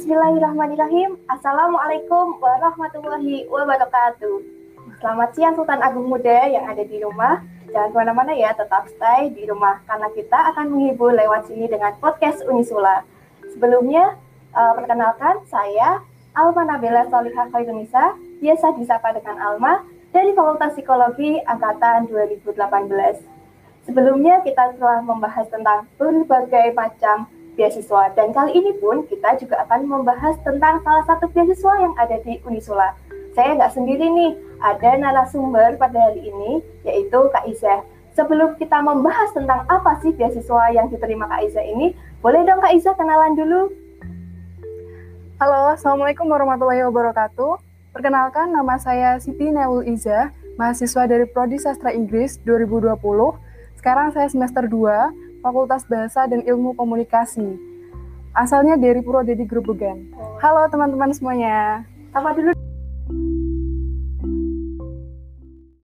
Bismillahirrahmanirrahim. Assalamualaikum warahmatullahi wabarakatuh. Selamat siang Sultan Agung Muda yang ada di rumah. Jangan kemana-mana ya, tetap stay di rumah karena kita akan menghibur lewat sini dengan podcast Unisula. Sebelumnya, perkenalkan saya Alma Nabila Solihah Khairunisa, biasa disapa dengan Alma, dari Fakultas Psikologi Angkatan 2018. Sebelumnya kita telah membahas tentang berbagai macam beasiswa, dan kali ini pun kita juga akan membahas tentang salah satu beasiswa yang ada di Unisula. Saya nggak sendiri nih, ada narasumber pada hari ini, yaitu Kak Iza. Sebelum kita membahas tentang apa sih beasiswa yang diterima Kak Iza ini, boleh dong Kak Iza kenalan dulu? Halo, Assalamualaikum warahmatullahi wabarakatuh. Perkenalkan, nama saya Siti Naul Iza, mahasiswa dari Prodi Sastra Inggris 2020. Sekarang saya semester 2, Fakultas Bahasa dan Ilmu Komunikasi. Asalnya dari Purwodadi Grobogan. Halo teman-teman semuanya. Sama dulu